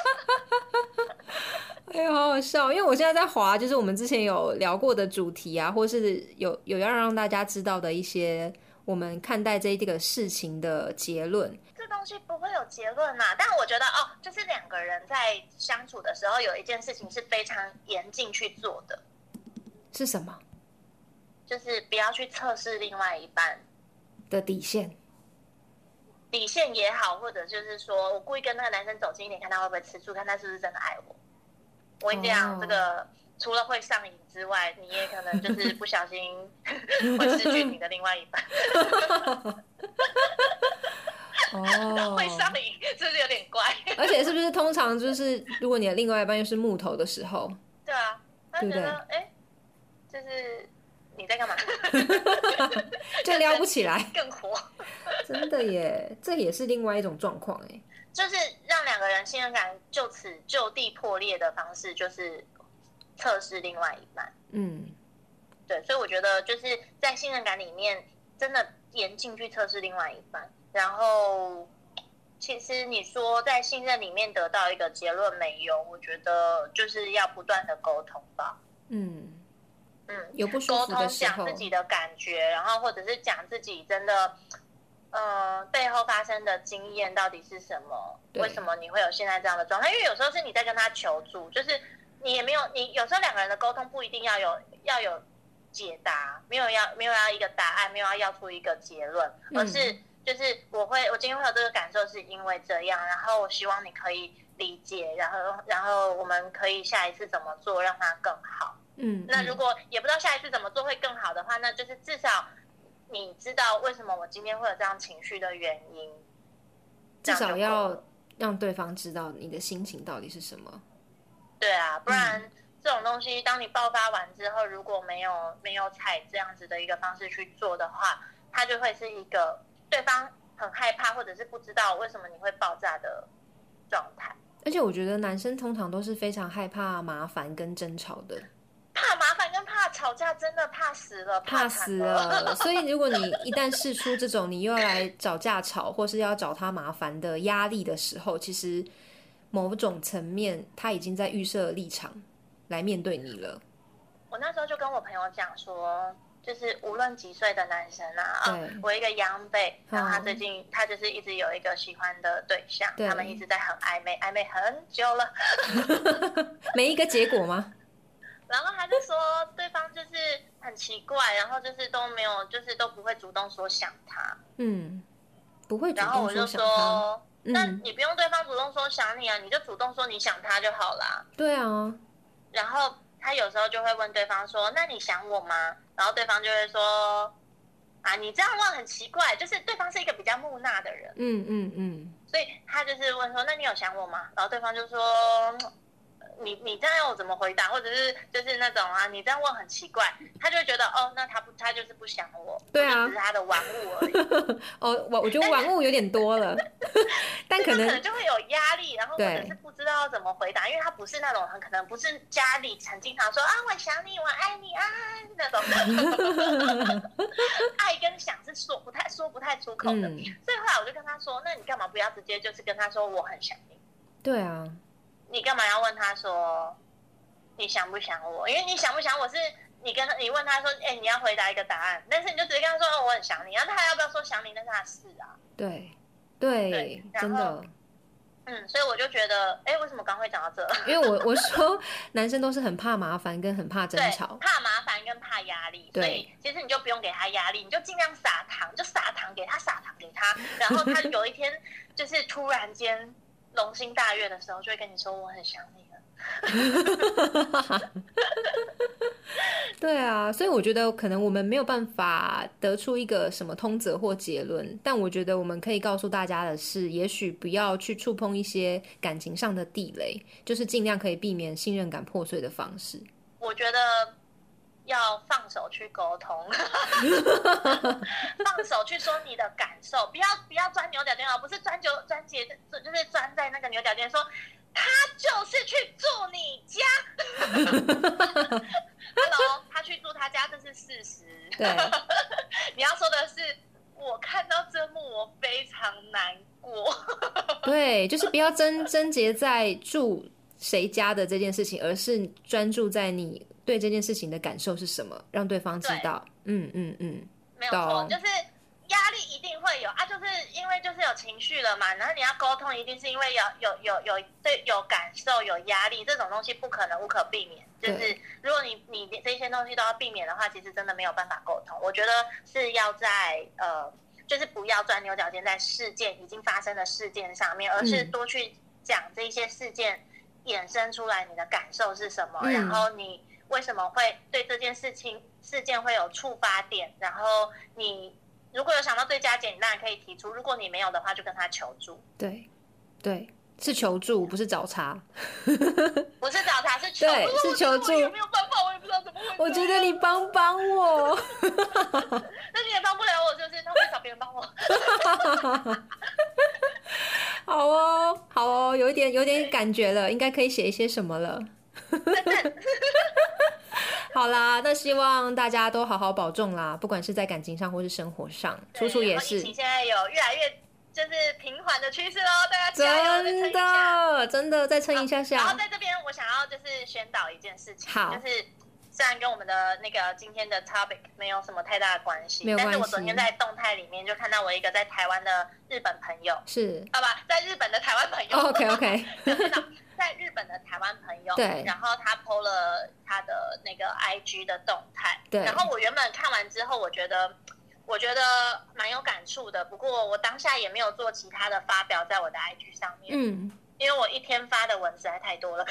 哎呦，好好笑！因为我现在在滑，就是我们之前有聊过的主题啊，或是有要让大家知道的一些我们看待这个事情的结论。 这东西不会有结论啊，但我觉得就是两个人在相处的时候，有一件事情是非常严谨去做的。 是什么？ 就是不要去测试另外一半的底线。 底线也好，或者就是说我故意跟那个男生走近一点，看他会不会吃醋，看他是不是真的爱我。我跟你讲，这个除了会上瘾之外，你也可能就是不小心会失去你的另外一半。会上瘾是不是有点怪？ 而且是不是通常就是如果你的另外一半又是木头的时候， 对啊，他觉得就是你在干嘛？ 就撩不起来， 更火。 真的耶，这也是另外一种状况哎。 就是让两个人信任感就此就地破裂的方式，就是测试另外一半。对，所以我觉得就是在信任感里面，真的严禁去测试另外一半。然后，其实你说在信任里面得到一个结论没有？我觉得就是要不断的沟通吧。 有不舒服的时候， 沟通讲自己的感觉，然后或者是讲自己真的。背后发生的经验到底是什么？为什么你会有现在这样的状态？因为有时候是你在跟他求助，就是你也没有，你有时候两个人的沟通不一定要有解答，没有要一个答案，没有要出一个结论，而是就是我今天会有这个感受，是因为这样，然后我希望你可以理解，然后我们可以下一次怎么做让它更好。那如果也不知道下一次怎么做会更好的话，那就是至少。你知道为什么我今天会有这样情绪的原因， 至少要让对方知道你的心情到底是什么。 对啊，不然这种东西，当你爆发完之后，如果没有采这样子的一个方式去做的话，它就会是一个对方很害怕，或者是不知道为什么你会爆炸的状态。 而且我觉得男生通常都是非常害怕麻烦跟争吵的。 怕麻烦跟怕吵架，真的怕死了， 怕死了。所以如果你一旦释出这种你又要来找架吵，或是要找他麻烦的压力的时候，其实某种层面他已经在预设立场来面对你了。 我那时候就跟我朋友讲说，就是无论几岁的男生啊，我一个央辈，然后他最近他就是一直有一个喜欢的对象，他们一直在很暧昧很久了。 没一个结果吗？ 然后他是说对方就是很奇怪，然后就是都没有，就是都不会主动说想他。 不会主动说想他。 然后我就说，那你不用对方主动说想你啊，你就主动说你想他就好啦。 对啊。 然后他有时候就会问对方说，那你想我吗？然后对方就会说，啊，你这样问很奇怪，就是对方是一个比较木讷的人。所以他就是问说，那你有想我吗？然后对方就说，你这样要我怎么回答？或者是就是那种啊，你这样问很奇怪，他就会觉得哦，那他就是不想我， 对啊， 只是他的玩物而已。 我觉得玩物有点多了，但可能就会有压力，然后或者是不知道要怎么回答，因为他不是那种很可能不是家里很经常说啊我想你，我爱你啊那种，爱跟想是说不太出口的。所以后来我就跟他说，那你干嘛不要直接就是跟他说我很想你？ 对啊。 你干嘛要问他说你想不想我？因为你想不想我是你问他说，你要回答一个答案，但是你就直接跟他说，我很想你，然后他要不要说想你那是他的事啊。 对，真的。 所以我就觉得，为什么刚会讲到这？ 因为我说男生都是很怕麻烦跟很怕争吵， 怕麻烦跟怕压力，所以其实你就不用给他压力，你就尽量撒糖，就撒糖给他，然后他有一天就是突然间龙心大悦的时候，就会跟你说我很想你了。 对啊，所以我觉得可能我们没有办法得出一个什么通则或结论，但我觉得我们可以告诉大家的是，也许不要去触碰一些感情上的地雷，就是尽量可以避免信任感破碎的方式。 我觉得要放手去沟通，放手去说你的感受，不要钻牛角尖，不是就是钻在那个牛角尖说他就是去住你家。Hello， 他去住他家，这是事实。 对， 你要说的是，我看到这幕我非常难过。 对，就是不要纠结在住谁家的这件事情，而是专注在你对这件事情的感受是什么，让对方知道。 没有错，就是压力一定会有啊，就是因为就是有情绪了嘛，然后你要沟通，一定是因为有感受、有压力，这种东西不可能无可避免。就是如果你这些东西都要避免的话，其实真的没有办法沟通。我觉得是要在就是不要钻牛角尖在已经发生的事件上面，而是多去讲这些事件衍生出来你的感受是什么，然后你为什么会对这件事件会有触发点，然后你如果有想到最佳解，你当然可以提出；如果你没有的话，就跟他求助。 对，是求助，不是找茬。 不是找茬，是求助。 对，是求助。 我也没有办法，我也不知道怎么回答。 我觉得你帮我。 那你也帮不了我，就是那我找别人帮我。 好哦，有点感觉了，应该可以写一些什么了。好啦，那希望大家都好好保重啦，不管是在感情上或是生活上，楚楚也是。 疫情现在有越来越就是平缓的趋势咯，大家加油， 真的再撑一下下。 然后在这边我想要就是宣导一件事情，就是虽然跟我们的那个今天的 topic 没有什么太大的关系，但是我昨天在动态里面就看到我一个在台湾的日本朋友，在日本的台湾朋友 ，OK， 在日本的台湾朋友， 对， 然后他 po 了他的那个 IG 的动态， 对， 然后我原本看完之后，我觉得蛮有感触的，不过我当下也没有做其他的发表在我的 IG 上面，因为我一天发的文实在太多了。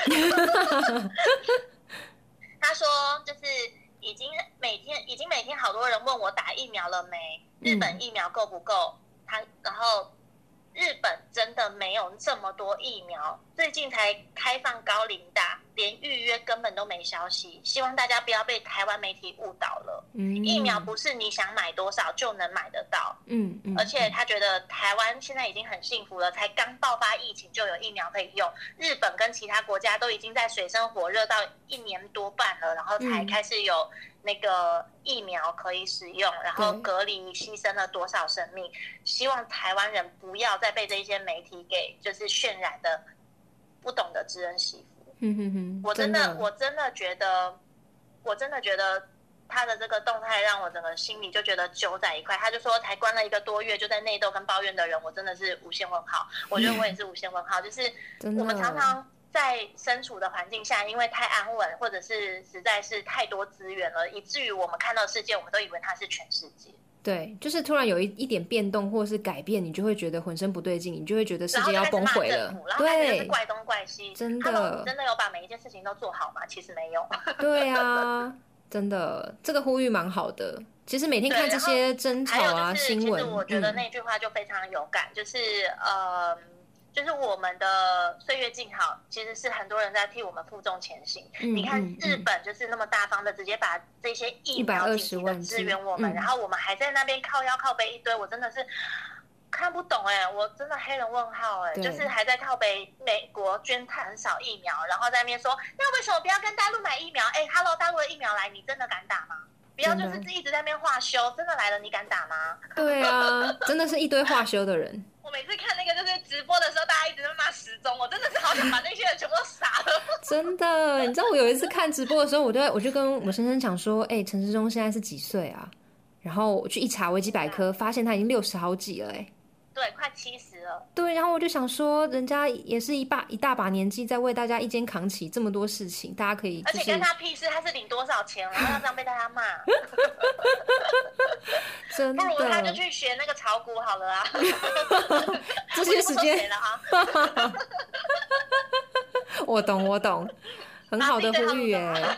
他说就是已经每天好多人问我打疫苗了没，日本疫苗够不够，然后日本真的没有这么多疫苗，最近才开放高龄打，连预约根本都没消息，希望大家不要被台湾媒体误导了。疫苗不是你想买多少就能买得到。而且他觉得台湾现在已经很幸福了，才刚爆发疫情就有疫苗可以用，日本跟其他国家都已经在水深火热到1年多半了，然后才开始有那个疫苗可以使用，然后隔离牺牲了多少生命，希望台湾人不要再被这些媒体给就是渲染的不懂得知恩惜福。我真的觉得他的这个动态让我整个心里就觉得揪在一块。他就说才关了1个多月就在内斗跟抱怨的人，我真的是无限问号。我觉得我也是无限问号，就是我们常常在身处的环境下，因为太安稳，或者是实在是太多资源了，以至于我们看到的世界，我们都以为它是全世界。 对，就是突然有一点变动或是改变，你就会觉得浑身不对劲，你就会觉得世界要崩溃了。 然后开始怪东怪西， 真的， 你真的有把每一件事情都做好吗？其实没有。 对啊，真的，这个呼吁蛮好的。其实每天看这些争吵啊、新闻， 其实我觉得那句话就非常有感，就是我们的岁月静好，其实是很多人在替我们负重前行。你看日本就是那么大方的，直接把这些疫苗紧急的支援我们，然后我们还在那边靠腰靠背一堆，我真的是看不懂我真的黑人问号就是还在靠北美国捐很少疫苗，然后在那边说，那为什么不要跟大陆买疫苗？Hello， 大陆的疫苗来，你真的敢打吗？不要就是一直在那边化修，真的来了你敢打吗？ 对啊，真的是一堆化修的人。 我每次看那个就是直播的时候，大家一直在骂时钟，我真的是好想把那些人全部都杀了。 真的，你知道我有一次看直播的时候，我就跟我先生讲说，陈时中现在是几岁啊？然后我去一查维基百科，发现他已经60好几了对，快70了。 对，然后我就想说，人家也是一大把年纪，在为大家一肩扛起这么多事情，大家可以、 而且跟他屁事，他是领多少钱，然后要这样被大家骂。 真的， 不如他就去学那个炒股好了啊。 这些时间了啊。 我懂，很好的呼吁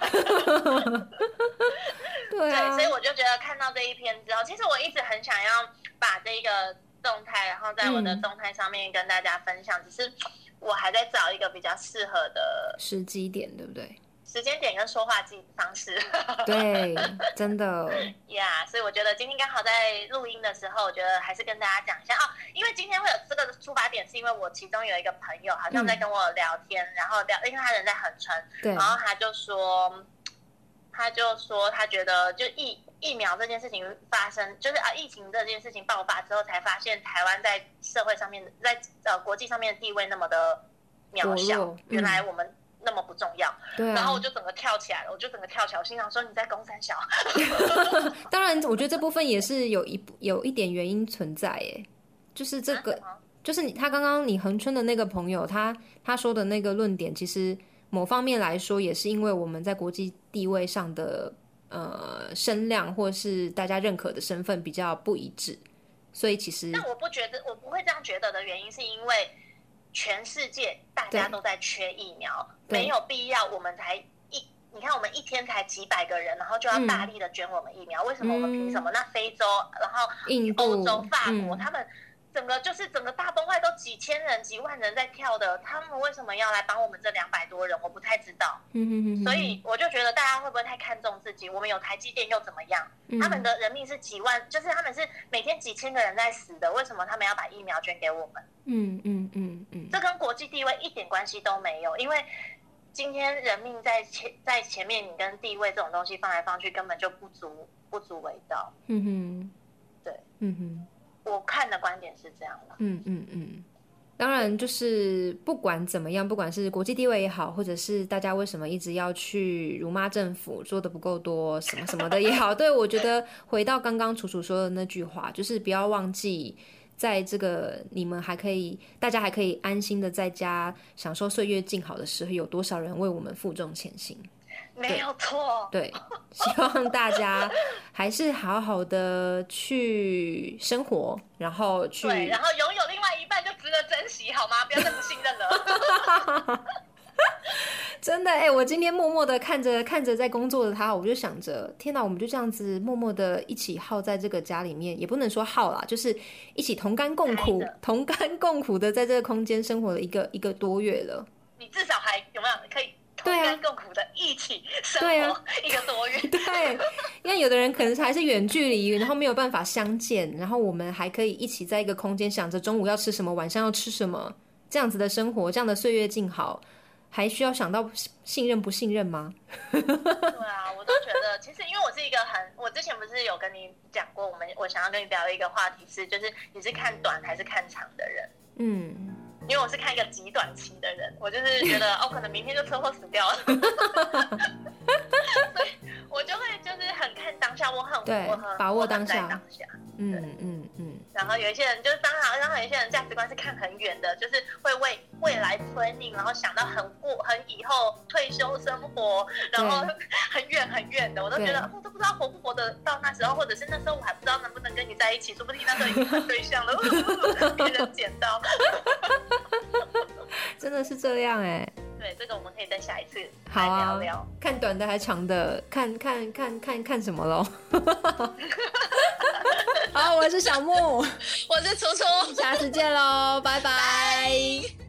对啊， 所以我就觉得看到这一篇之后，其实我一直很想要把这个动态，然后在我的动态上面跟大家分享，只是我还在找一个比较适合的时机点，对不对？ 时间点跟说话方式。 对，真的呀所以我觉得今天刚好在录音的时候，我觉得还是跟大家讲一下因为今天会有这个出发点，是因为我其中有一个朋友好像在跟我聊天，然后因为他人在横村，然后他就说他觉得就疫苗这件事情发生，就是疫情这件事情爆发之后，才发现台湾在社会上面，在国际上面的地位那么的渺小，原来我们那么不重要。对然后我就整个跳起来了，我心想说你在攻三小。 当然我觉得这部分也是有一点原因存在就是这个就是他刚刚你恒春的那个朋友他说的那个论点，其实某方面来说也是因为我们在国际地位上的声量或是大家认可的身份比较不一致，所以其实但我不会这样觉得的原因是因为全世界大家都在缺疫苗，没有必要我们才你看我们一天才几百个人，然后就要大力的捐我们疫苗，为什么我们凭什么？那非洲，然后欧洲、法国，他们整个大崩坏都几千人、几万人在跳的，他们为什么要来帮我们这200多人？我不太知道。所以我就觉得大家会不会太看重自己？我们有台积电又怎么样？他们的人命是几万，就是他们是每天几千个人在死的，为什么他们要把疫苗捐给我们？这跟国际地位一点关系都没有，因为今天人命在前面，你跟地位这种东西放来放去，根本就不足为道。对，我看的观点是这样的。 当然就是不管怎么样，不管是国际地位也好，或者是大家为什么一直要去辱骂政府做的不够多什么什么的也好，对，我觉得回到刚刚楚楚说的那句话，就是不要忘记在这个你们大家还可以安心的在家享受岁月静好的时候，有多少人为我们负重前行。 没有错， 对，希望大家还是好好的去生活，然后去对，然后拥有另外一半就值得珍惜，好吗？不要再不信任了。 真的我今天默默的看着在工作的他，我就想着，天哪，我们就这样子默默的一起耗在这个家里面，也不能说耗啦，就是一起同甘共苦的在这个空间生活了一个多月了。 你至少还有没有可以同甘共苦的一起生活1个多月？ 对，因为有的人可能还是远距离，然后没有办法相见，然后我们还可以一起在一个空间想着中午要吃什么，晚上要吃什么，这样子的生活，这样的岁月静好，还需要想到信任不信任吗？ 对啊，我都觉得，其实因为我是一个我之前不是有跟你讲过，我想要跟你聊一个话题是，就是你是看短还是看长的人？因为我是看一个极短期的人，我就是觉得可能明天就车祸死掉了，所以我就会就是很看当下，我很把握当下。 然后有一些人就是当然有一些人价值观是看很远的，就是会为未来 planning， 然后想到很以后退休生活，然后很远的，我都觉得我都不知道活不活得到那时候，或者是那时候我还不知道能不能跟你在一起，说不定那时候已经有对象了，别人捡到。 真的是这样哎。 对，这个我们可以在下一次来聊聊。 好啊，看短的还长的，看什么咯？好，我是小木， 我是楚楚， 下次见喽，拜拜。